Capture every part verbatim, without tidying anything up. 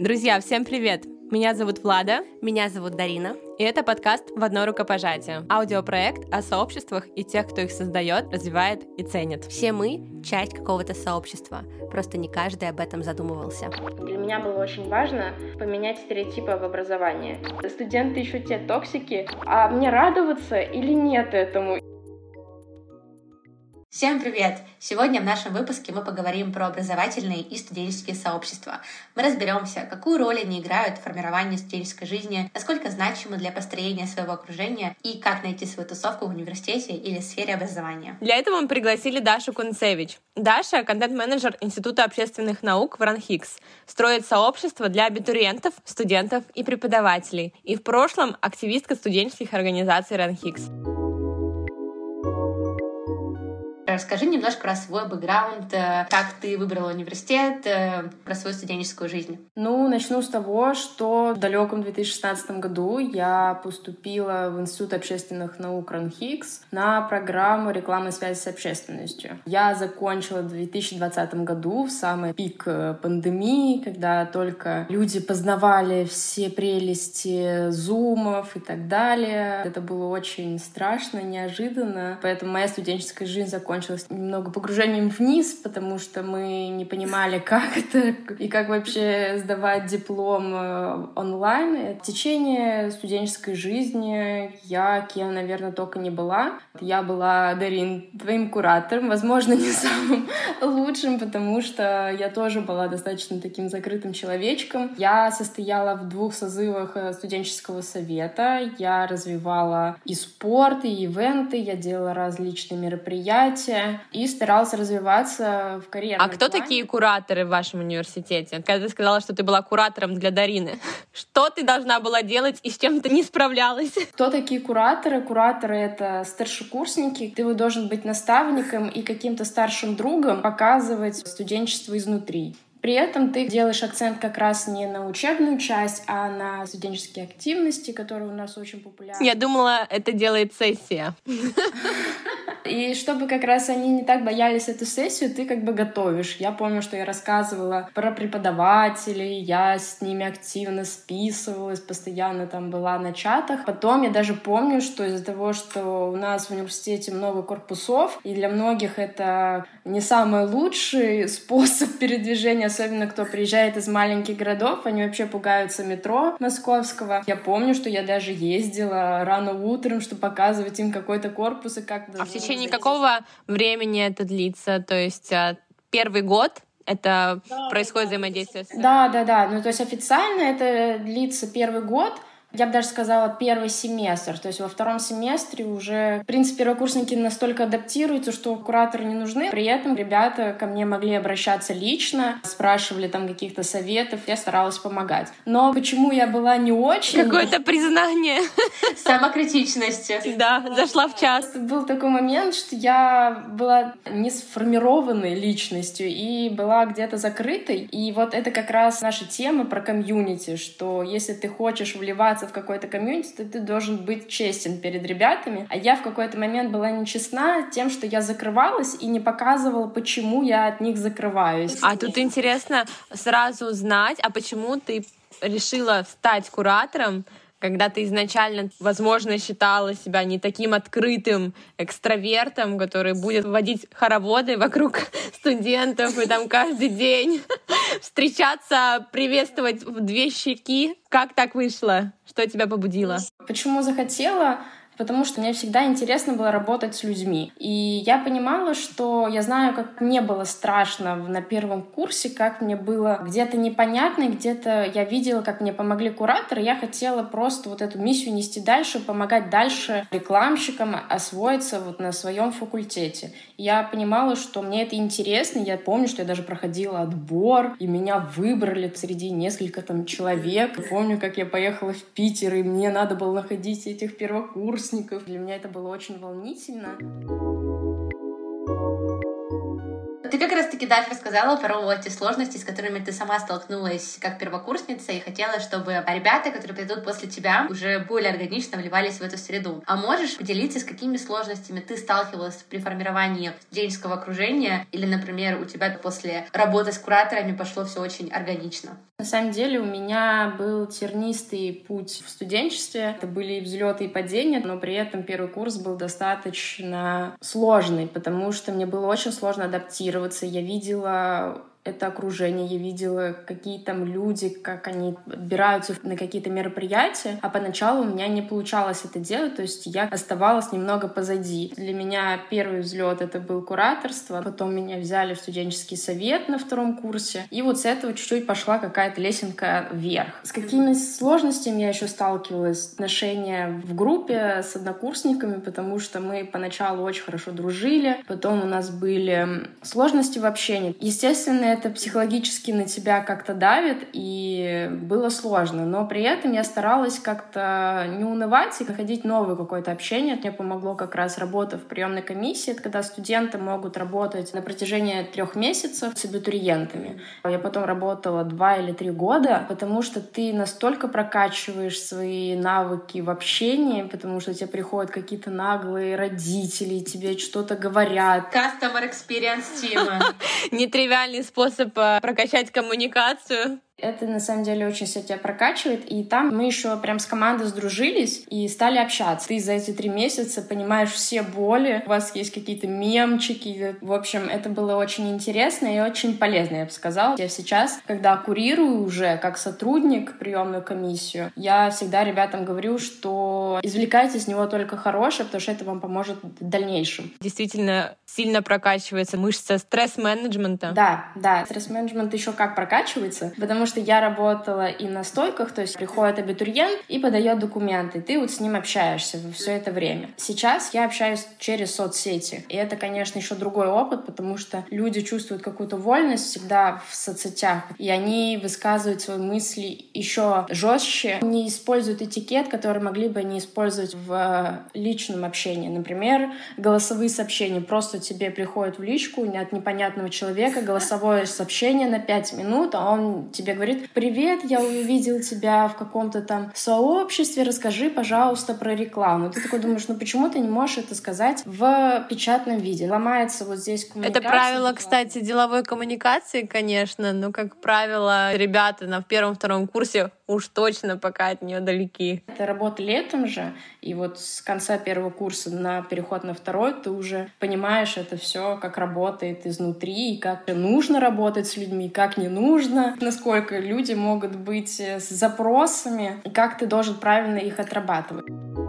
Друзья, всем привет! Меня зовут Влада. Меня зовут Дарина. И это подкаст «В одно рукопожатие». Аудиопроект о сообществах и тех, кто их создает, развивает и ценит. Все мы — часть какого-то сообщества. Просто не каждый об этом задумывался. Для меня было очень важно поменять стереотипы об образовании. Студенты еще те токсики, а мне радоваться или нет этому? Всем привет! Сегодня в нашем выпуске мы поговорим про образовательные и студенческие сообщества. Мы разберемся, какую роль они играют в формировании студенческой жизни, насколько значимы для построения своего окружения и как найти свою тусовку в университете или в сфере образования. Для этого мы пригласили Дашу Кунцевич. Даша — контент-менеджер Института общественных наук в РАНХИКС. Строит сообщество для абитуриентов, студентов и преподавателей. И в прошлом активистка студенческих организаций РАНХИКС. Расскажи немножко про свой бэкграунд, как ты выбрала университет, про свою студенческую жизнь. Ну, начну с того, что в далеком две тысячи шестнадцатом году я поступила в Институт общественных наук РАНХИКС на программу рекламы связи с общественностью. Я закончила в две тысячи двадцатом году, в самый пик пандемии, когда только люди познавали все прелести зумов и так далее. Это было очень страшно, неожиданно, поэтому моя студенческая жизнь закончилась немного погружением вниз, потому что мы не понимали, как это и как вообще сдавать диплом онлайн. В течение студенческой жизни я кем, наверное, только не была. Я была, Дарин, твоим куратором, возможно, не самым лучшим, потому что я тоже была достаточно таким закрытым человечком. Я состояла в двух созывах студенческого совета. Я развивала и спорт, и ивенты, я делала различные мероприятия, и старалась развиваться в карьерном А кто плане. такие кураторы в вашем университете? Когда ты сказала, что ты была куратором для Дарины, что ты должна была делать и с чем ты не справлялась? Кто такие кураторы? Кураторы — это старшекурсники. Ты должен быть наставником и каким-то старшим другом, показывать студенчество изнутри. При этом ты делаешь акцент как раз не на учебную часть, а на студенческие активности, которые у нас очень популярны. Я думала, это делает сессия. И чтобы как раз они не так боялись эту сессию, ты как бы готовишь. Я помню, что я рассказывала про преподавателей, я с ними активно списывалась, постоянно там была на чатах. Потом я даже помню, что из-за того, что у нас в университете много корпусов, и для многих это не самый лучший способ передвижения, особенно кто приезжает из маленьких городов, они вообще пугаются метро московского. Я помню, что я даже ездила рано утром, чтобы показывать им какой-то корпус и как... А в течение какого времени это длится? То есть первый год это да, происходит да, взаимодействие? С... Да, да, да. Ну, то есть официально это длится первый год. Я бы даже сказала первый семестр. То есть во втором семестре уже, в принципе, первокурсники настолько адаптируются, что кураторы не нужны. При этом ребята ко мне могли обращаться лично, спрашивали там каких-то советов, я старалась помогать. Но почему я была не очень... Какое-то признание. Самокритичности. Да, зашла в час. Был такой момент, что я была не сформированной личностью и была где-то закрытой. И вот это как раз наша тема про комьюнити, что если ты хочешь вливаться в какой-то комьюнити, то ты должен быть честен перед ребятами. А я в какой-то момент была нечестна тем, что я закрывалась и не показывала, почему я от них закрываюсь. А тут интересно сразу узнать, а почему ты решила стать куратором, когда ты изначально, возможно, считала себя не таким открытым экстравертом, который будет водить хороводы вокруг студентов и там каждый день встречаться, приветствовать в две щеки. Как так вышло? Что тебя побудило? Почему захотела? Потому что мне всегда интересно было работать с людьми. И я понимала, что я знаю, как мне было страшно на первом курсе, как мне было где-то непонятно, где-то я видела, как мне помогли кураторы. Я хотела просто вот эту миссию нести дальше, помогать дальше рекламщикам освоиться вот на своем факультете. Я понимала, что мне это интересно. Я помню, что я даже проходила отбор, и меня выбрали среди нескольких там человек. Помню, как я поехала в Питер, и мне надо было находить этих первокурсников. Для меня это было очень волнительно. Ты как раз-таки, Дафь, рассказала про те сложности, с которыми ты сама столкнулась как первокурсница и хотела, чтобы ребята, которые придут после тебя, уже более органично вливались в эту среду. А можешь поделиться, с какими сложностями ты сталкивалась при формировании студенческого окружения? Или, например, у тебя после работы с кураторами пошло все очень органично? На самом деле у меня был тернистый путь в студенчестве. Это были и взлеты, и падения, но при этом первый курс был достаточно сложный, потому что мне было очень сложно адаптироваться. Я видела это окружение, я видела, какие там люди, как они отбираются на какие-то мероприятия, а поначалу у меня не получалось это делать, то есть я оставалась немного позади. Для меня первый взлет это был кураторство, потом меня взяли в студенческий совет на втором курсе, и вот с этого чуть-чуть пошла какая-то лесенка вверх. С какими сложностями я еще сталкивалась? Отношения в группе с однокурсниками, потому что мы поначалу очень хорошо дружили, потом у нас были сложности в общении. Естественно, это психологически на тебя как-то давит, и было сложно. Но при этом я старалась как-то не унывать и находить новое какое-то общение. Мне помогло как раз работа в приемной комиссии. Это когда студенты могут работать на протяжении трех месяцев с абитуриентами. Я потом работала два или три года, потому что ты настолько прокачиваешь свои навыки в общении, потому что тебе приходят какие-то наглые родители, тебе что-то говорят. Customer experience тема. Нетривиальный способ прокачать коммуникацию. Это, на самом деле, очень сильно тебя прокачивает. И там мы еще прям с командой сдружились и стали общаться. Ты за эти три месяца понимаешь все боли. У вас есть какие-то мемчики. В общем, это было очень интересно и очень полезно, я бы сказала. Я сейчас, когда курирую уже как сотрудник приемную комиссию, я всегда ребятам говорю, что извлекайте из него только хорошее, потому что это вам поможет в дальнейшем. Действительно сильно прокачивается мышца стресс-менеджмента. Да, да. Стресс-менеджмент еще как прокачивается, потому что я работала и на стойках, то есть приходит абитуриент и подает документы, ты вот с ним общаешься все это время. Сейчас я общаюсь через соцсети, и это, конечно, еще другой опыт, потому что люди чувствуют какую-то вольность всегда в соцсетях, и они высказывают свои мысли еще жестче, не используют этикет, который могли бы не использовать в личном общении. Например, голосовые сообщения. Просто тебе приходит в личку от непонятного человека голосовое сообщение на пять минут, а он тебе говорит: «Привет, я увидел тебя в каком-то там сообществе, расскажи, пожалуйста, про рекламу». И ты такой думаешь, ну почему ты не можешь это сказать в печатном виде? Ломается вот здесь коммуникация. Это правило, кстати, деловой коммуникации, конечно, но, как правило, ребята на первом-втором курсе уж точно пока от нее далеки. Это работа летом же, и вот с конца первого курса на переход на второй ты уже понимаешь это все, как работает изнутри, и как нужно работать с людьми, как не нужно, насколько люди могут быть с запросами, и как ты должен правильно их отрабатывать.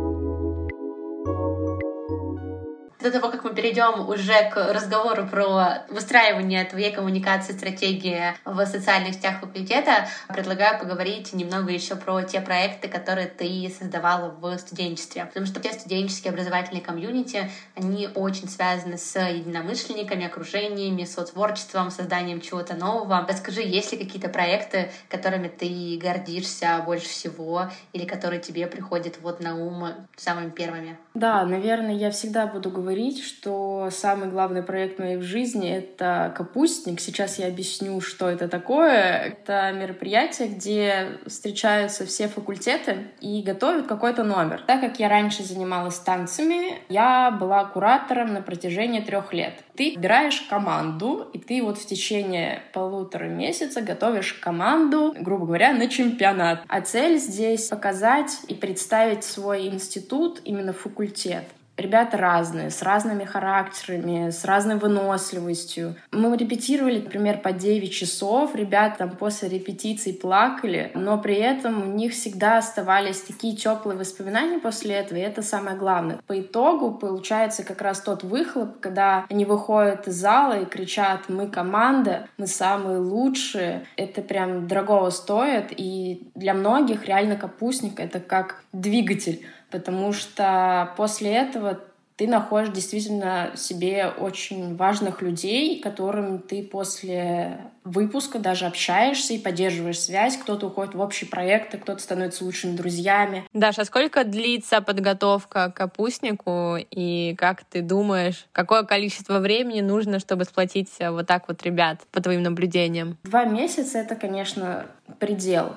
До того, как мы перейдем уже к разговору про выстраивание твоей коммуникации, стратегии в социальных сетях факультета, предлагаю поговорить немного еще про те проекты, которые ты создавала в студенчестве. Потому что все студенческие образовательные комьюнити, они очень связаны с единомышленниками, окружениями, сотворчеством, созданием чего-то нового. Расскажи, есть ли какие-то проекты, которыми ты гордишься больше всего, или которые тебе приходят вот на ум самыми первыми? Да, наверное, я всегда буду говорить, что самый главный проект моей в жизни — это «Капустник». Сейчас я объясню, что это такое. Это мероприятие, где встречаются все факультеты и готовят какой-то номер. Так как я раньше занималась танцами, я была куратором на протяжении трех лет. Ты выбираешь команду, и ты вот в течение полутора месяца готовишь команду, грубо говоря, на чемпионат. А цель здесь — показать и представить свой институт, именно факультет. Ребята разные, с разными характерами, с разной выносливостью. Мы репетировали, например, по девять часов. Ребята там после репетиций плакали, но при этом у них всегда оставались такие теплые воспоминания после этого, и это самое главное. По итогу получается как раз тот выхлоп, когда они выходят из зала и кричат: «Мы команда, мы самые лучшие». Это прям дорого стоит, и для многих реально «Капустник» — это как двигатель. Потому что после этого ты находишь действительно себе очень важных людей, которым ты после выпуска даже общаешься и поддерживаешь связь. Кто-то уходит в общие проекты, кто-то становится лучшими друзьями. Даша, сколько длится подготовка к «Капустнику», и как ты думаешь, какое количество времени нужно, чтобы сплотить вот так вот ребят, по твоим наблюдениям? Два месяца — это, конечно, предел.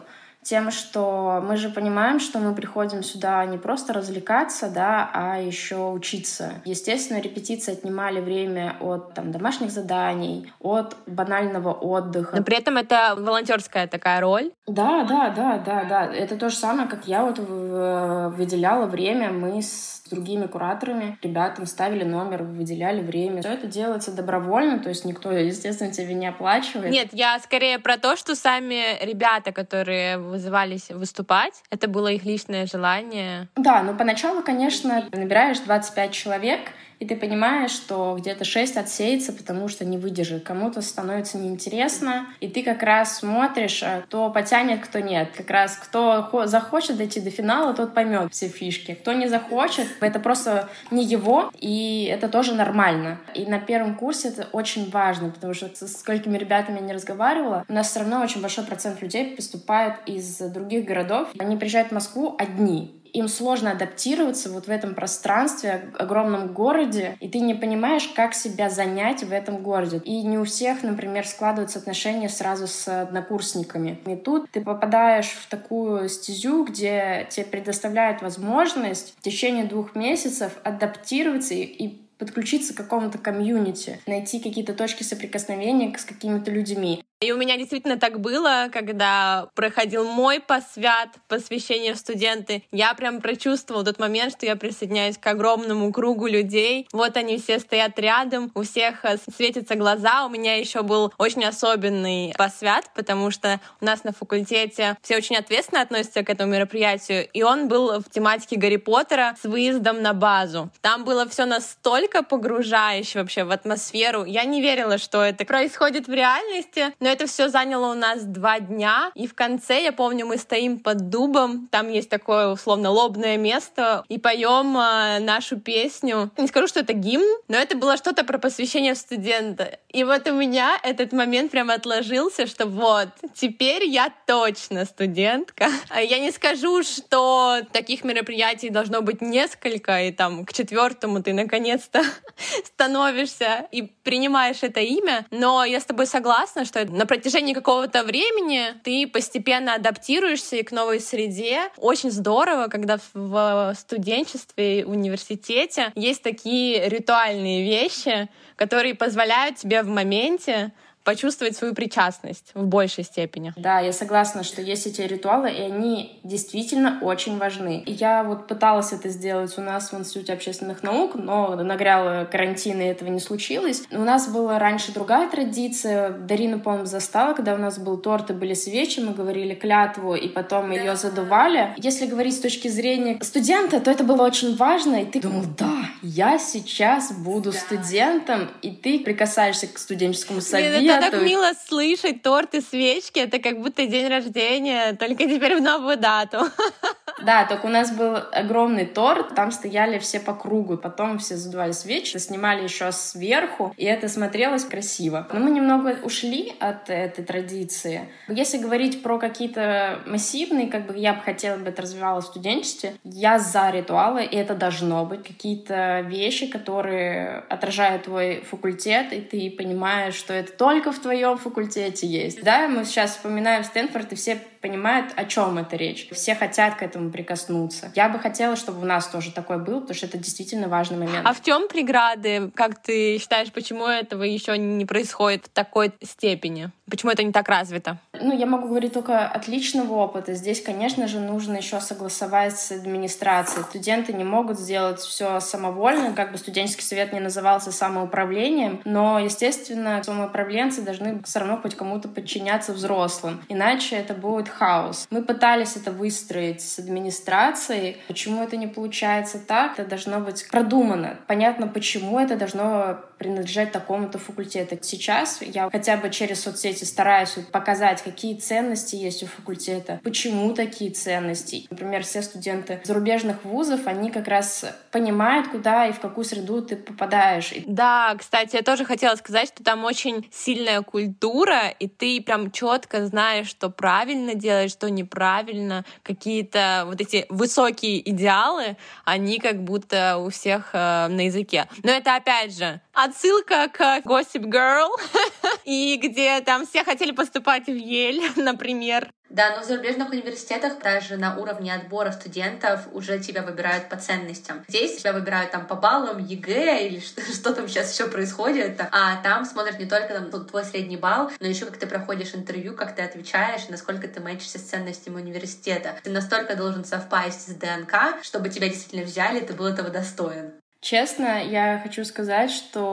тем, что мы же понимаем, что мы приходим сюда не просто развлекаться, да, а еще учиться. Естественно, репетиции отнимали время от там, домашних заданий, от банального отдыха. Но при этом это волонтерская такая роль. Да, да, да, да, да. Это то же самое, как я вот выделяла время. Мы с другими кураторами, ребятам ставили номер, выделяли время. Все это делается добровольно, то есть никто, естественно, тебе не оплачивает. Нет, я скорее про то, что сами ребята, которые вызывались выступать, это было их личное желание. Да, но поначалу, конечно, набираешь двадцать пять человек, и ты понимаешь, что где-то шесть отсеется, потому что не выдержит. Кому-то становится неинтересно, и ты как раз смотришь, кто потянет, кто нет. Как раз кто захочет дойти до финала, тот поймет все фишки. Кто не захочет, это просто не его, и это тоже нормально. И на первом курсе это очень важно, потому что с сколькими ребятами я не разговаривала, у нас все равно очень большой процент людей поступает из других городов. Они приезжают в Москву одни. Им сложно адаптироваться вот в этом пространстве, огромном городе, и ты не понимаешь, как себя занять в этом городе. И не у всех, например, складываются отношения сразу с однокурсниками. И тут ты попадаешь в такую стезю, где тебе предоставляют возможность в течение двух месяцев адаптироваться и, и подключиться к какому-то комьюнити, найти какие-то точки соприкосновения с какими-то людьми. И у меня действительно так было, когда проходил мой посвят, посвящение в студенты. Я прям прочувствовала тот момент, что я присоединяюсь к огромному кругу людей. Вот они все стоят рядом, у всех светятся глаза. У меня еще был очень особенный посвят, потому что у нас на факультете все очень ответственно относятся к этому мероприятию. И он был в тематике Гарри Поттера с выездом на базу. Там было все настолько погружающе вообще в атмосферу. Я не верила, что это происходит в реальности, но это все заняло у нас два дня, и в конце, я помню, мы стоим под дубом, там есть такое, условно, лобное место, и поем э, нашу песню. Не скажу, что это гимн, но это было что-то про посвящение в студента. И вот у меня этот момент прям отложился, что вот, теперь я точно студентка. Я не скажу, что таких мероприятий должно быть несколько, и там к четвертому ты наконец-то становишься и принимаешь это имя, но я с тобой согласна, что на протяжении какого-то времени ты постепенно адаптируешься и к новой среде. Очень здорово, когда в студенчестве и университете есть такие ритуальные вещи, которые позволяют тебе в моменте почувствовать свою причастность в большей степени. Да, я согласна, что есть эти ритуалы, и они действительно очень важны. И я вот пыталась это сделать у нас в Институте общественных наук, но нагрял карантин, и этого не случилось. У нас была раньше другая традиция. Дарина, по-моему, застала, когда у нас был торт и были свечи, мы говорили клятву, и потом да. ее задували. Если говорить с точки зрения студента, то это было очень важно, и ты думал, да, я сейчас буду да. студентом, и ты прикасаешься к студенческому совету. Это так мило слышать торт и свечки. Это как будто день рождения, только теперь в новую дату. Да, только у нас был огромный торт, там стояли все по кругу, потом все задували свечи, снимали еще сверху, и это смотрелось красиво. Но мы немного ушли от этой традиции. Если говорить про какие-то массивные, как бы я бы хотела бы это развивалось в студенчестве, я за ритуалы, и это должно быть какие-то вещи, которые отражают твой факультет, и ты понимаешь, что это только в твоем факультете есть. Да, мы сейчас вспоминаем Стэнфорд, и все понимают, о чем это речь. Все хотят к этому прикоснуться. Я бы хотела, чтобы у нас тоже такое было, потому что это действительно важный момент. А в чем преграды? Как ты считаешь, почему этого еще не происходит в такой степени? Почему это не так развито? Ну, я могу говорить только от личного опыта. Здесь, конечно же, нужно еще согласовать с администрацией. Студенты не могут сделать все самовольно, как бы студенческий совет не назывался самоуправлением, но, естественно, самоуправленцы должны все равно хоть кому-то подчиняться взрослым, иначе это будет хаос. Мы пытались это выстроить с администрацией. Почему это не получается так? Это должно быть продумано. Понятно, почему это должно принадлежать такому-то факультету. Сейчас я хотя бы через соцсети стараюсь показать, какие ценности есть у факультета, почему такие ценности. Например, все студенты зарубежных вузов, они как раз понимают, куда и в какую среду ты попадаешь. Да, кстати, я тоже хотела сказать, что там очень сильная культура, и ты прям четко знаешь, что правильно делать, что неправильно. Какие-то вот эти высокие идеалы, они как будто у всех э, на языке. Но это опять же отсылка к Gossip Girl, и где там все хотели поступать в параллель, например. Да, но в зарубежных университетах даже на уровне отбора студентов уже тебя выбирают по ценностям. Здесь тебя выбирают там по баллам ЕГЭ или что, что там сейчас еще происходит, а там смотрят не только там, твой средний балл, но еще как ты проходишь интервью, как ты отвечаешь, насколько ты мэчишься с ценностями университета. Ты настолько должен совпасть с ДНК, чтобы тебя действительно взяли, ты был этого достоин. Честно, я хочу сказать,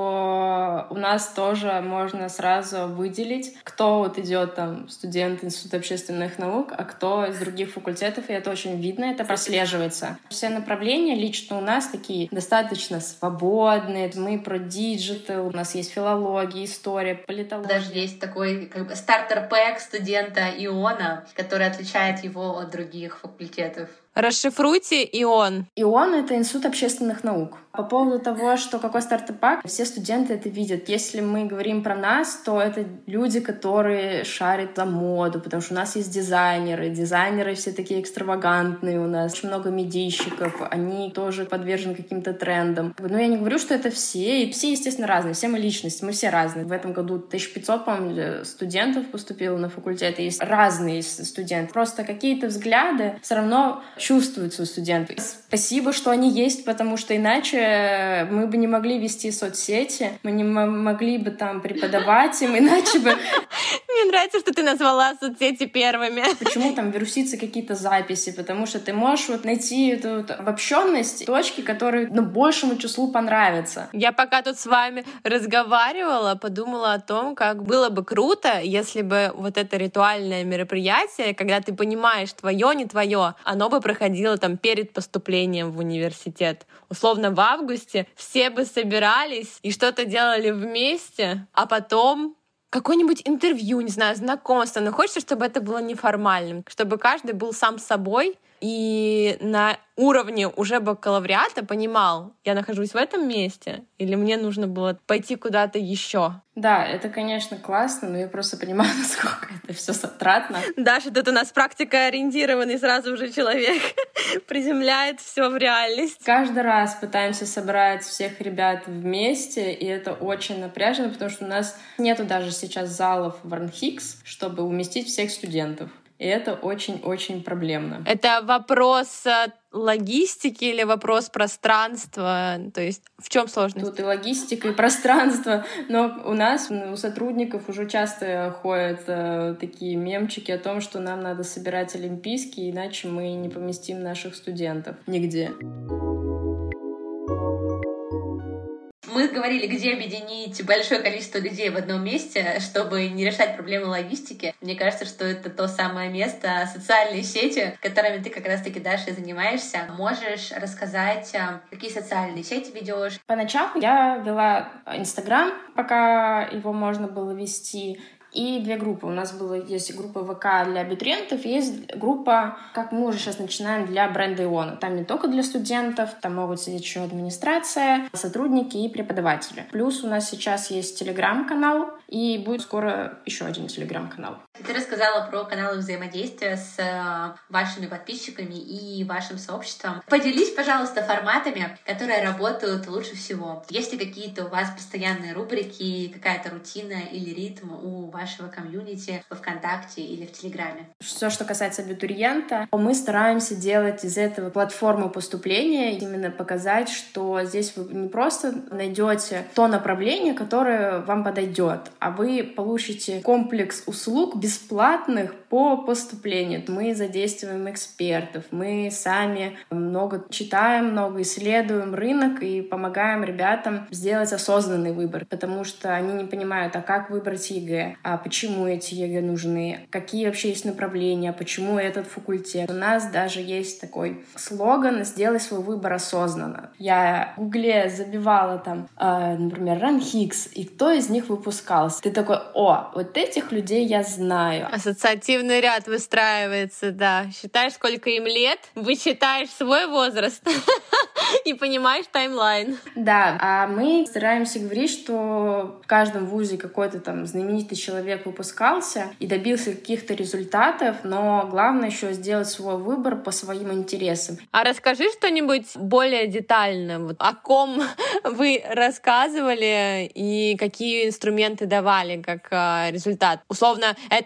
что у нас тоже можно сразу выделить, кто вот идет там студент Института общественных наук, а кто из других факультетов, и это очень видно, это прослеживается. Все направления лично у нас такие достаточно свободные. Мы про диджитал, у нас есть филология, история, политология. Даже есть такой как бы стартер-пэк студента Иона, который отличает его от других факультетов. Расшифруйте ИОН. ИОН — это Институт общественных наук. По поводу того, что какой стартап-пак, все студенты это видят. Если мы говорим про нас, то это люди, которые шарят за моду, потому что у нас есть дизайнеры. Дизайнеры все такие экстравагантные у нас. Очень много медийщиков, они тоже подвержены каким-то трендам. Но я не говорю, что это все. И все, естественно, разные. Все мы личности, мы все разные. В этом году тысяча пятьсот, по-моему, студентов поступило на факультет. И есть разные студенты. Просто какие-то взгляды все равно чувствуются у студентов. Спасибо, что они есть, потому что иначе мы бы не могли вести соцсети, мы не могли бы там преподавать им, иначе бы... Мне нравится, что ты назвала соцсети первыми. Почему там вирусятся какие-то записи? Потому что ты можешь вот найти эту вот обобщенность, точки, которые ну, большему числу понравятся. Я пока тут с вами разговаривала, подумала о том, как было бы круто, если бы вот это ритуальное мероприятие, когда ты понимаешь, твое, не твое, оно бы проходило там перед поступлением в университет. Условно, в августе все бы собирались и что-то делали вместе, а потом какое-нибудь интервью, не знаю, знакомство. Но хочется, чтобы это было неформальным, чтобы каждый был сам собой и на уровне уже бакалавриата понимал, я нахожусь в этом месте или мне нужно было пойти куда-то еще. Да, это, конечно, классно, но я просто понимаю, насколько это все затратно. Даша, тут у нас практикоориентированный сразу уже человек приземляет все в реальность. Каждый раз пытаемся собрать всех ребят вместе, и это очень напряжно, потому что у нас нету даже сейчас залов в РАНХИКС, чтобы уместить всех студентов. И это очень-очень проблемно. Это вопрос логистики или вопрос пространства? То есть в чем сложность? Тут и логистика, и пространство. Но у нас, у сотрудников уже часто ходят э, такие мемчики о том, что нам надо собирать олимпийские, иначе мы не поместим наших студентов нигде. Мы говорили, где объединить большое количество людей в одном месте, чтобы не решать проблемы логистики. Мне кажется, что это то самое место, социальные сети, которыми ты как раз-таки, Даша, занимаешься. Можешь рассказать, какие социальные сети ведешь? Поначалу я вела Инстаграм, пока его можно было вести, и две группы. У нас была, есть группа ВК для абитуриентов, есть группа, как мы уже сейчас начинаем, для бренда Иона. Там не только для студентов, там могут сидеть еще администрация, сотрудники и преподаватели. Плюс у нас сейчас есть телеграм-канал, и будет скоро еще один телеграм-канал. Ты рассказала про каналы взаимодействия с вашими подписчиками и вашим сообществом. Поделись, пожалуйста, форматами, которые работают лучше всего. Есть ли какие-то у вас постоянные рубрики, какая-то рутина или ритм у вашего комьюнити во ВКонтакте или в Телеграме? Все, что касается абитуриента, мы стараемся делать из этого платформу поступления, именно показать, что здесь вы не просто найдете то направление, которое вам подойдет, а вы получите комплекс услуг бесплатных по поступлению. Мы задействуем экспертов, мы сами много читаем, много исследуем рынок и помогаем ребятам сделать осознанный выбор, потому что они не понимают, а как выбрать ЕГЭ, а почему эти ЕГЭ нужны, какие вообще есть направления, почему этот факультет. У нас даже есть такой слоган «Сделай свой выбор осознанно». Я в Гугле забивала там, э, например, РАНХИКС, и кто из них выпускался. Ты такой: о, вот этих людей я знаю. Ассоциативный ряд выстраивается, да. Считаешь, сколько им лет, вычитаешь свой возраст и понимаешь таймлайн. Да, а мы стараемся говорить, что в каждом вузе какой-то там знаменитый человек выпускался и добился каких-то результатов, но главное еще сделать свой выбор по своим интересам. А расскажи что-нибудь более детально, вот, о ком вы рассказывали и какие инструменты давали как э, результат. Условно, это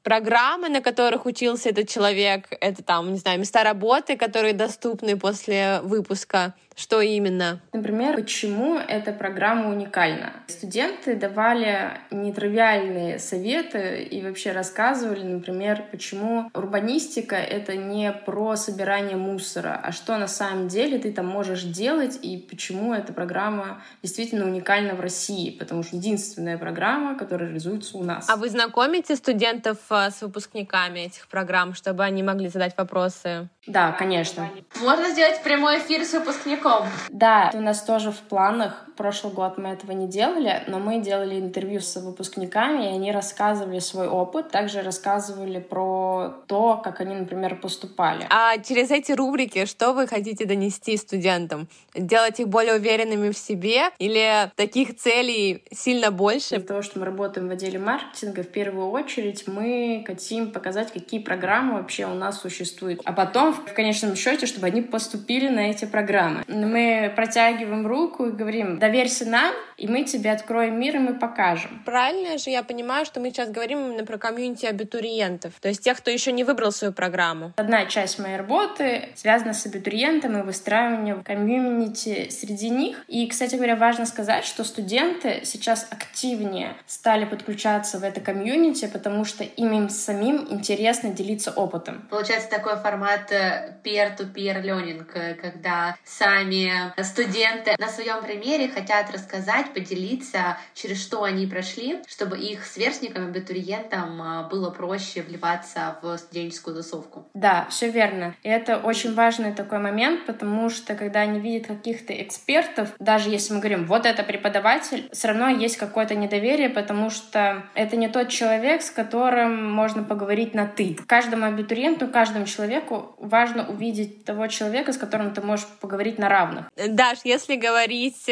программы, на которых учился этот человек, это там, не знаю, места работы, которые доступны после выпуска. Что именно? Например, почему эта программа уникальна? Студенты давали нетривиальные советы и вообще рассказывали, например, почему урбанистика — это не про собирание мусора, а что на самом деле ты там можешь делать и почему эта программа действительно уникальна в России, потому что единственная программа, которая реализуется у нас. А вы знакомите студентов с выпускниками этих программ, чтобы они могли задать вопросы? Да, конечно. Можно сделать прямой эфир с выпускником. Да, у нас тоже в планах. Прошлый год мы этого не делали, но мы делали интервью с выпускниками, и они рассказывали свой опыт, также рассказывали про то, как они, например, поступали. А через эти рубрики что вы хотите донести студентам? Делать их более уверенными в себе или таких целей сильно больше? Из-за того, что мы работаем в отделе маркетинга, в первую очередь мы хотим показать, какие программы вообще у нас существуют. А потом, в конечном счете, чтобы они поступили на эти программы. Мы протягиваем руку и говорим: доверься нам, и мы тебе откроем мир, и мы покажем. Правильно же я понимаю, что мы сейчас говорим именно про комьюнити абитуриентов, то есть тех, кто еще не выбрал свою программу. Одна часть моей работы связана с абитуриентом и выстраиванием комьюнити среди них. И, кстати говоря, важно сказать, что студенты сейчас активнее стали подключаться в это комьюнити, потому что им самим интересно делиться опытом. Получается такой формат peer-to-peer learning, когда сами студенты на своем примере хотят рассказать, поделиться, через что они прошли, чтобы их сверстникам, абитуриентам было проще вливаться в студенческую тусовку. Да, все верно. И это очень важный такой момент, потому что когда они видят каких-то экспертов, даже если мы говорим, вот это преподаватель, все равно есть какое-то недоверие, потому что это не тот человек, с которым можно поговорить на «ты». Каждому абитуриенту, каждому человеку важно увидеть того человека, с которым ты можешь поговорить на равных. Даш, если говорить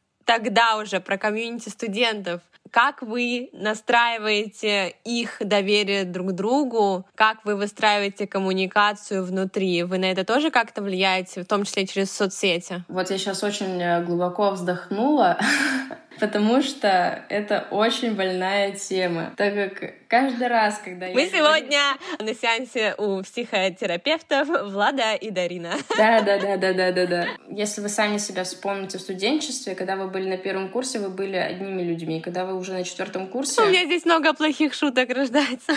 тогда уже про комьюнити студентов, как вы настраиваете их доверие друг к другу, как вы выстраиваете коммуникацию внутри? Вы на это тоже как-то влияете, в том числе через соцсети? Вот я сейчас очень глубоко вздохнула, потому что это очень больная тема, так как каждый раз, когда я... Мы сегодня на сеансе у психотерапевтов Влада и Дарина. Да-да-да-да-да-да. Если вы сами себя вспомните в студенчестве, когда вы были на первом курсе, вы были одними людьми. Когда вы уже на четвертом курсе... У меня здесь много плохих шуток рождается.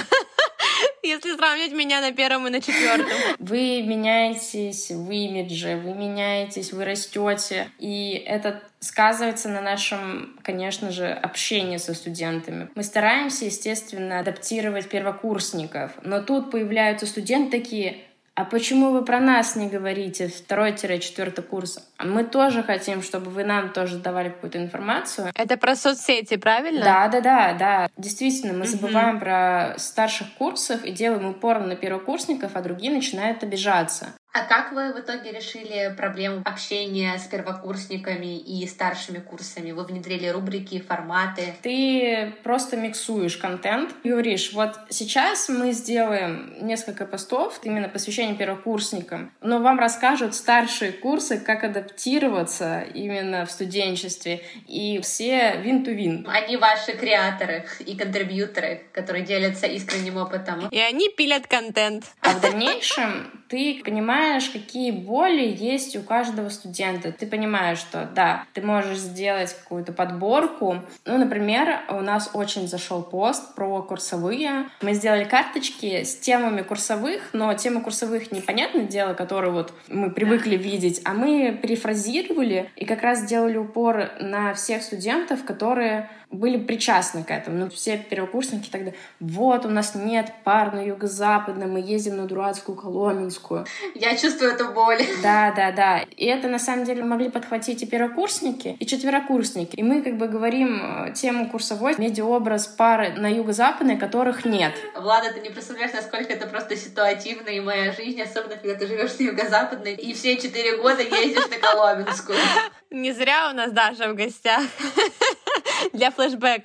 Если сравнивать меня на первом и на четвертом. Вы меняетесь в имидже, вы меняетесь, вы растете. И это сказывается на нашем, конечно же, общении со студентами. Мы стараемся, естественно, адаптировать первокурсников. Но тут появляются студенты такие: а почему вы про нас не говорите, второй-четвертый курс? А мы тоже хотим, чтобы вы нам тоже давали какую-то информацию. Это про соцсети, правильно? Да, да, да, да. Действительно, мы забываем mm-hmm. про старших курсов и делаем упор на первокурсников, а другие начинают обижаться. А как вы в итоге решили проблему общения с первокурсниками и старшими курсами? Вы внедрили рубрики, форматы? Ты просто миксуешь контент и говоришь: вот сейчас мы сделаем несколько постов, именно посвящение первокурсникам, но вам расскажут старшие курсы, как адаптироваться именно в студенчестве, и все win-to-win. Они ваши креаторы и контрибьюторы, которые делятся искренним опытом. И они пилят контент. А в дальнейшем ты понимаешь, какие боли есть у каждого студента. Ты понимаешь, что да, ты можешь сделать какую-то подборку. Ну, например, у нас очень зашел пост про курсовые. Мы сделали карточки с темами курсовых, но темы курсовых, непонятное дело, которые вот мы привыкли видеть, а мы перефразировали и как раз сделали упор на всех студентов, которые были причастны к этому. Ну, все первокурсники тогда: вот, у нас нет пар на юго-западном, мы ездим на дурацкую Коломенскую. Я чувствую эту боль. Да, да, да. И это, на самом деле, могли подхватить и первокурсники, и четверокурсники. И мы как бы говорим тему курсовой, медиаобраз пары на юго-западной, которых нет. Влада, ты не представляешь, насколько это просто ситуативно и моя жизнь, особенно когда ты живешь на юго-западной и все четыре года ездишь на Коломенскую. Не зря у нас Даша в гостях. Для флешбеков.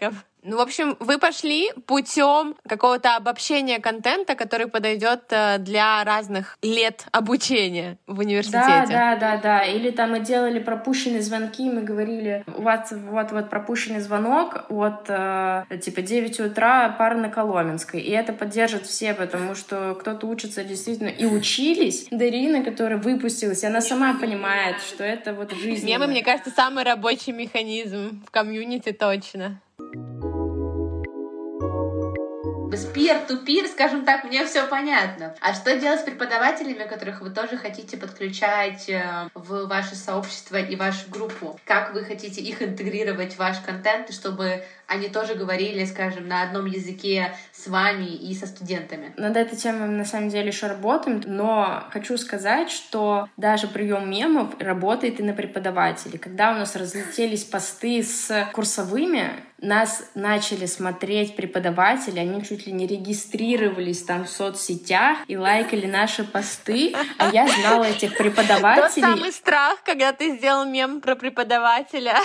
Ну, в общем, вы пошли путем какого-то обобщения контента, который подойдет для разных лет обучения в университете. Да, да, да, да. Или там мы делали пропущенные звонки, мы говорили, у вас вот-вот пропущенный звонок от типа девять утра, пара на Коломенской. И это поддержат все, потому что кто-то учится действительно и учились. Дарина, которая выпустилась, она сама понимает, что это вот жизнь. Мемы, мне кажется, самый рабочий механизм в комьюнити точно. С peer-to-peer, скажем так, мне все понятно. А что делать с преподавателями, которых вы тоже хотите подключать в ваше сообщество и вашу группу? Как вы хотите их интегрировать в ваш контент, чтобы они тоже говорили, скажем, на одном языке с вами и со студентами? Над этой темой мы на самом деле еще работаем, но хочу сказать, что даже прием мемов работает и на преподавателей. Когда у нас разлетелись посты с курсовыми, нас начали смотреть преподаватели, они чуть ли не регистрировались там в соцсетях и лайкали наши посты, а я знала этих преподавателей. Тот самый страх, когда ты сделал мем про преподавателя,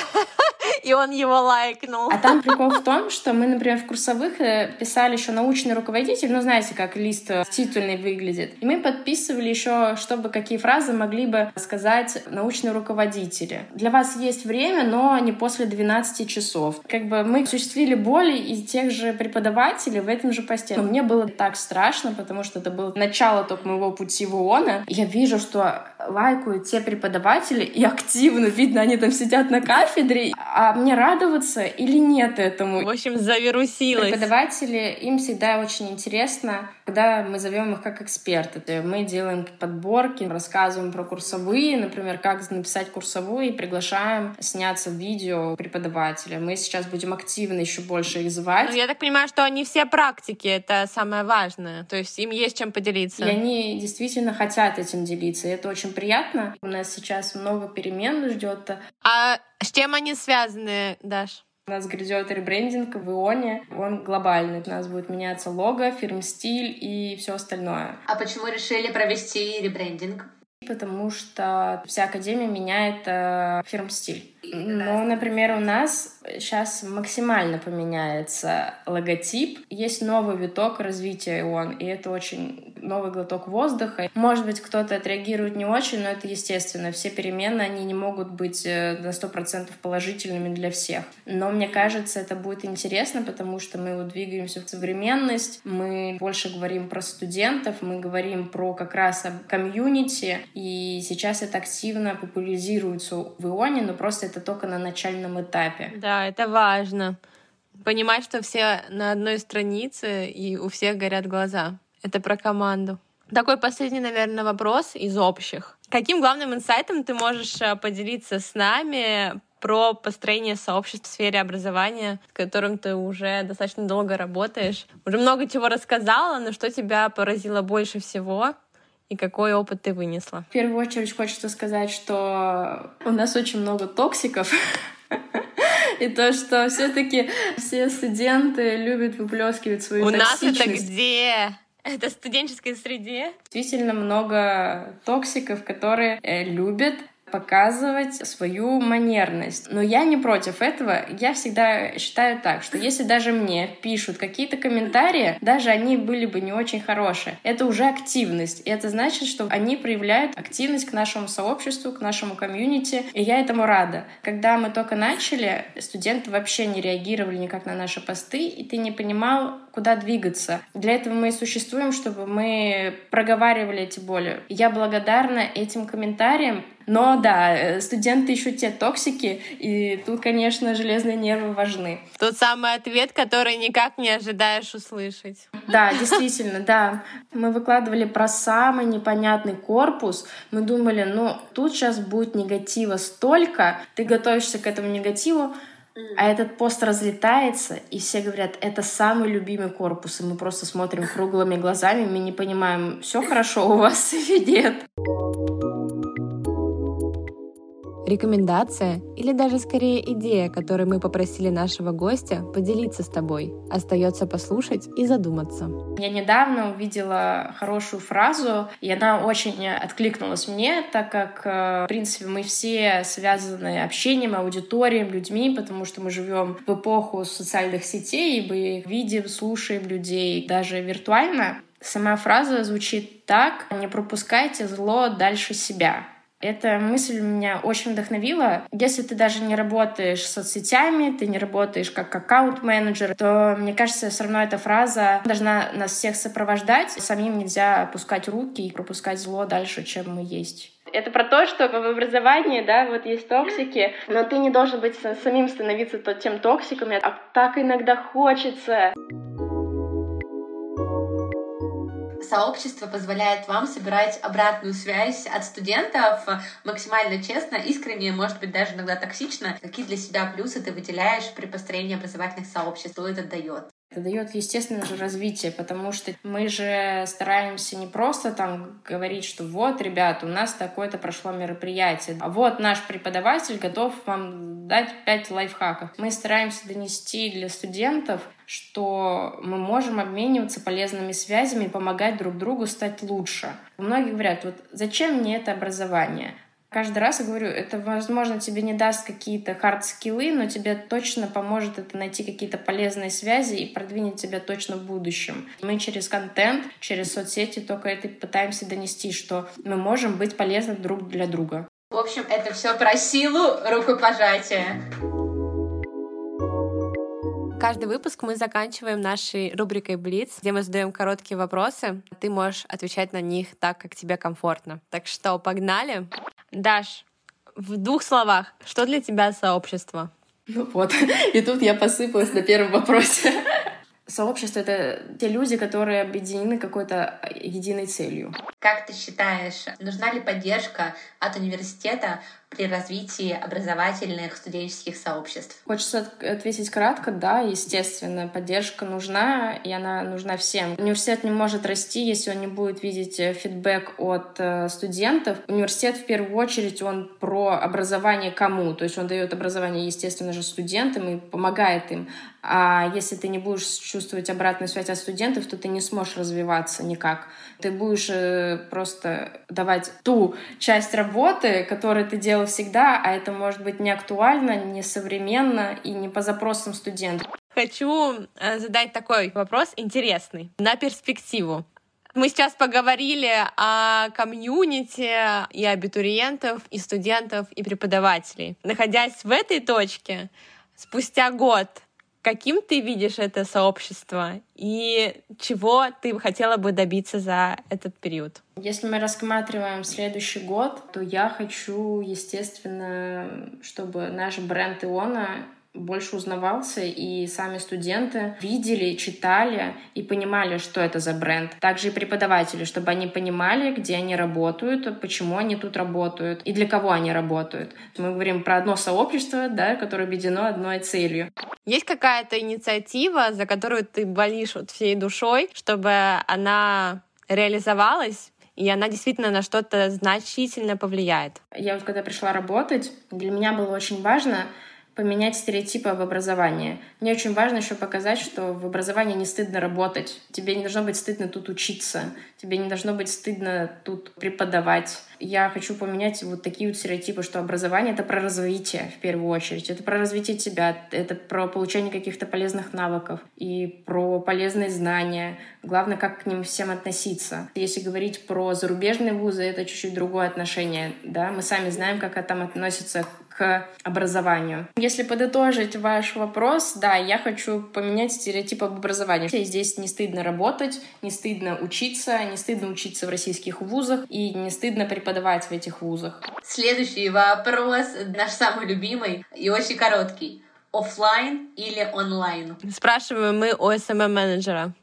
и он его лайкнул. А там прикол в том, что мы, например, в курсовых писали еще научный руководитель, ну, знаете, как лист титульный выглядит. И мы подписывали еще, чтобы какие фразы могли бы сказать научные руководители. Для вас есть время, но не после двенадцати часов. Как бы мы осуществили боли из тех же преподавателей в этом же посте. Но мне было так страшно, потому что это было начало только моего пути в ООН. Я вижу, что лайкают те преподаватели, и активно, видно, они там сидят на кафедре. А мне радоваться или нет этому? В общем, завирусилась. Преподаватели, им всегда очень интересно, когда мы зовем их как эксперты. Мы делаем подборки, рассказываем про курсовые, например, как написать курсовую, и приглашаем сняться в видео преподавателя. Мы сейчас будем активно еще больше их звать. Ну, я так понимаю, что они все практики, это самое важное. То есть им есть чем поделиться. И они действительно хотят этим делиться, и это очень приятно. У нас сейчас много перемен ждет. А с чем они связаны, Даш? У нас грядет ребрендинг в ИОНе, он глобальный. У нас будет меняться лого, фирм-стиль и все остальное. А почему решили провести ребрендинг? Потому что вся академия меняет э, фирм-стиль. Ну, например, у нас сейчас максимально поменяется логотип. Есть новый виток развития ИОН, и это очень новый глоток воздуха. Может быть, кто-то отреагирует не очень, но это естественно. Все перемены, они не могут быть на сто процентов положительными для всех. Но мне кажется, это будет интересно, потому что мы вот двигаемся в современность, мы больше говорим про студентов, мы говорим про как раз комьюнити, и сейчас это активно популяризируется в ИОНе, но просто это только на начальном этапе. Да, это важно. Понимать, что все на одной странице, и у всех горят глаза. Это про команду. Такой последний, наверное, вопрос из общих. Каким главным инсайтом ты можешь поделиться с нами про построение сообществ в сфере образования, с которым ты уже достаточно долго работаешь? Уже много чего рассказала, но что тебя поразило больше всего? И какой опыт ты вынесла? В первую очередь хочется сказать, что у нас очень много токсиков. И то, что все-таки все студенты любят выплескивать свою у токсичность. У нас это где? Это в студенческой среде? Действительно много токсиков, которые любят показывать свою манерность. Но я не против этого. Я всегда считаю так, что если даже мне пишут какие-то комментарии, даже они были бы не очень хорошие, это уже активность. И это значит, что они проявляют активность к нашему сообществу, к нашему комьюнити, и я этому рада. Когда мы только начали, студенты вообще не реагировали никак на наши посты, и ты не понимал, куда двигаться. Для этого мы и существуем, чтобы мы проговаривали эти боли. Я благодарна этим комментариям. Но да, студенты еще те токсики, и тут, конечно, железные нервы важны. Тот самый ответ, который никак не ожидаешь услышать. Да, действительно, да. Мы выкладывали про самый непонятный корпус. Мы думали, ну, тут сейчас будет негатива столько, ты готовишься к этому негативу, а этот пост разлетается, и все говорят, это самый любимый корпус. И мы просто смотрим круглыми глазами, мы не понимаем, все хорошо у вас или нет. Рекомендация или даже скорее идея, которой мы попросили нашего гостя поделиться с тобой. Остается послушать и задуматься. Я недавно увидела хорошую фразу, и она очень откликнулась мне, так как, в принципе, мы все связаны общением, аудиторией, людьми, потому что мы живем в эпоху социальных сетей, и мы видим, слушаем людей даже виртуально. Сама фраза звучит так: «Не пропускайте зло дальше себя». Эта мысль меня очень вдохновила. Если ты даже не работаешь с соцсетями, ты не работаешь как аккаунт-менеджер, то, мне кажется, все равно эта фраза должна нас всех сопровождать. Самим нельзя опускать руки и пропускать зло дальше, чем мы есть. Это про то, что в образовании, да, вот есть токсики, но ты не должен быть самим становиться тем токсиком, а так иногда хочется. Сообщество позволяет вам собирать обратную связь от студентов максимально честно, искренне, может быть, даже иногда токсично. Какие для себя плюсы ты выделяешь при построении образовательных сообществ? Что это дает? Это дает, естественно же, развитие, потому что мы же стараемся не просто там говорить, что вот, ребята, у нас такое-то прошло мероприятие, а вот наш преподаватель готов вам дать пять лайфхаков. Мы стараемся донести для студентов, что мы можем обмениваться полезными связями и помогать друг другу стать лучше. Многие говорят, вот зачем мне это образование? Каждый раз я говорю, это, возможно, тебе не даст какие-то хард-скиллы, но тебе точно поможет это найти какие-то полезные связи и продвинет тебя точно в будущем. Мы через контент, через соцсети только это пытаемся донести, что мы можем быть полезны друг для друга. В общем, это все про силу рукопожатия. Каждый выпуск мы заканчиваем нашей рубрикой «Блиц», где мы задаем короткие вопросы. Ты можешь отвечать на них так, как тебе комфортно. Так что, погнали! Даш, в двух словах, что для тебя сообщество? Ну вот, и тут я посыпалась на первом вопросе. Сообщество — это те люди, которые объединены какой-то единой целью. Как ты считаешь, нужна ли поддержка от университета при развитии образовательных студенческих сообществ? Хочется ответить кратко. Да, естественно, поддержка нужна, и она нужна всем. Университет не может расти, если он не будет видеть фидбэк от студентов. Университет, в первую очередь, он про образование кому? То есть он дает образование, естественно же, студентам и помогает им. А если ты не будешь чувствовать обратную связь от студентов, то ты не сможешь развиваться никак. Ты будешь просто давать ту часть работы, которую ты делал всегда, а это может быть не актуально, не современно и не по запросам студентов. Хочу задать такой вопрос интересный, на перспективу. Мы сейчас поговорили о комьюнити и абитуриентов, и студентов, и преподавателей. Находясь в этой точке, спустя год, каким ты видишь это сообщество и чего ты хотела бы добиться за этот период? Если мы рассматриваем следующий год, то я хочу, естественно, чтобы наш бренд Иона больше узнавался, и сами студенты видели, читали и понимали, что это за бренд. Также и преподаватели, чтобы они понимали, где они работают, почему они тут работают и для кого они работают. Мы говорим про одно сообщество, да, которое объединено одной целью. Есть какая-то инициатива, за которую ты болишь вот всей душой, чтобы она реализовалась, и она действительно на что-то значительно повлияет? Я вот когда пришла работать, для меня было очень важно поменять стереотипы об образовании. Мне очень важно еще показать, что в образовании не стыдно работать. Тебе не должно быть стыдно тут учиться. Тебе не должно быть стыдно тут преподавать. Я хочу поменять вот такие вот стереотипы, что образование — это про развитие в первую очередь. Это про развитие тебя, это про получение каких-то полезных навыков и про полезные знания. Главное, как к ним всем относиться. Если говорить про зарубежные вузы, это чуть-чуть другое отношение. Да? Мы сами знаем, как там относятся к образованию. Если подытожить ваш вопрос, да, я хочу поменять стереотип об образовании. Здесь не стыдно работать, не стыдно учиться, не стыдно учиться в российских вузах и не стыдно преподавать в этих вузах. Следующий вопрос, наш самый любимый и очень короткий. Оффлайн или онлайн? Спрашиваем мы у эс эм эм-менеджера.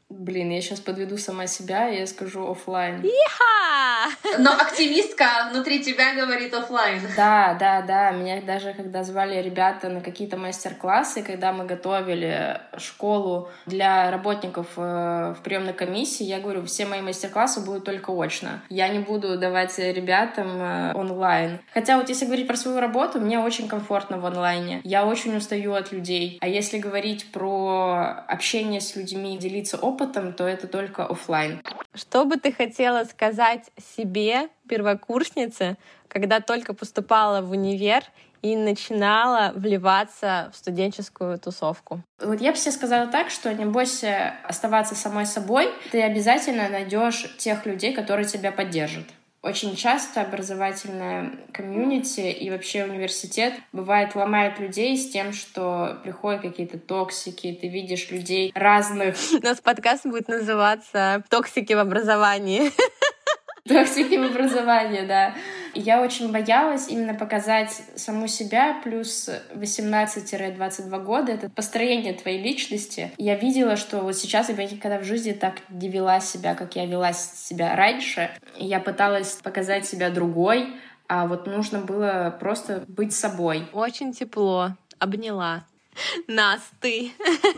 Блин, я сейчас подведу сама себя, и я скажу офлайн. Иха! Но активистка внутри тебя говорит офлайн. Да, да, да. Меня даже когда звали ребята на какие-то мастер-классы, когда мы готовили школу для работников в приемной комиссии, я говорю, все мои мастер-классы будут только очно. Я не буду давать ребятам онлайн. Хотя вот если говорить про свою работу, мне очень комфортно в онлайне. Я очень устаю от людей. А если говорить про общение с людьми, делиться опытом, то это только офлайн. Что бы ты хотела сказать себе, первокурснице, когда только поступала в универ и начинала вливаться в студенческую тусовку? Вот я бы себе сказала так, что не бойся оставаться самой собой, ты обязательно найдешь тех людей, которые тебя поддержат. Очень часто образовательное комьюнити и вообще университет бывает ломает людей с тем, что приходят какие-то токсики, ты видишь людей разных. У нас подкаст будет называться «Токсики в образовании». Токсики в образовании, да. И я очень боялась именно показать саму себя, плюс восемнадцать-двадцать два года — это построение твоей личности. Я видела, что вот сейчас я никогда в жизни так не вела себя, как я вела себя раньше. И я пыталась показать себя другой, а вот нужно было просто быть собой. Очень тепло. Обняла. Нас ты.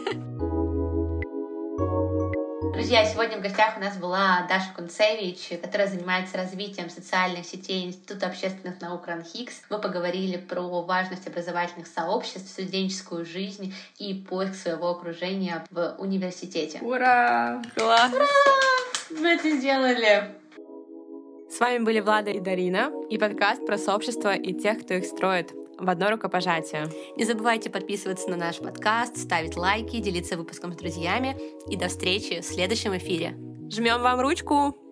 Друзья, сегодня в гостях у нас была Даша Кунцевич, которая занимается развитием социальных сетей Института общественных наук РАНХИКС. Мы поговорили про важность образовательных сообществ, студенческую жизнь и поиск своего окружения в университете. Ура! Класс! Ура! Мы это сделали! С вами были Влада и Дарина и подкаст про сообщества и тех, кто их строит. В одно рукопожатие. Не забывайте подписываться на наш подкаст, ставить лайки, делиться выпуском с друзьями. И до встречи в следующем эфире. Жмем вам ручку!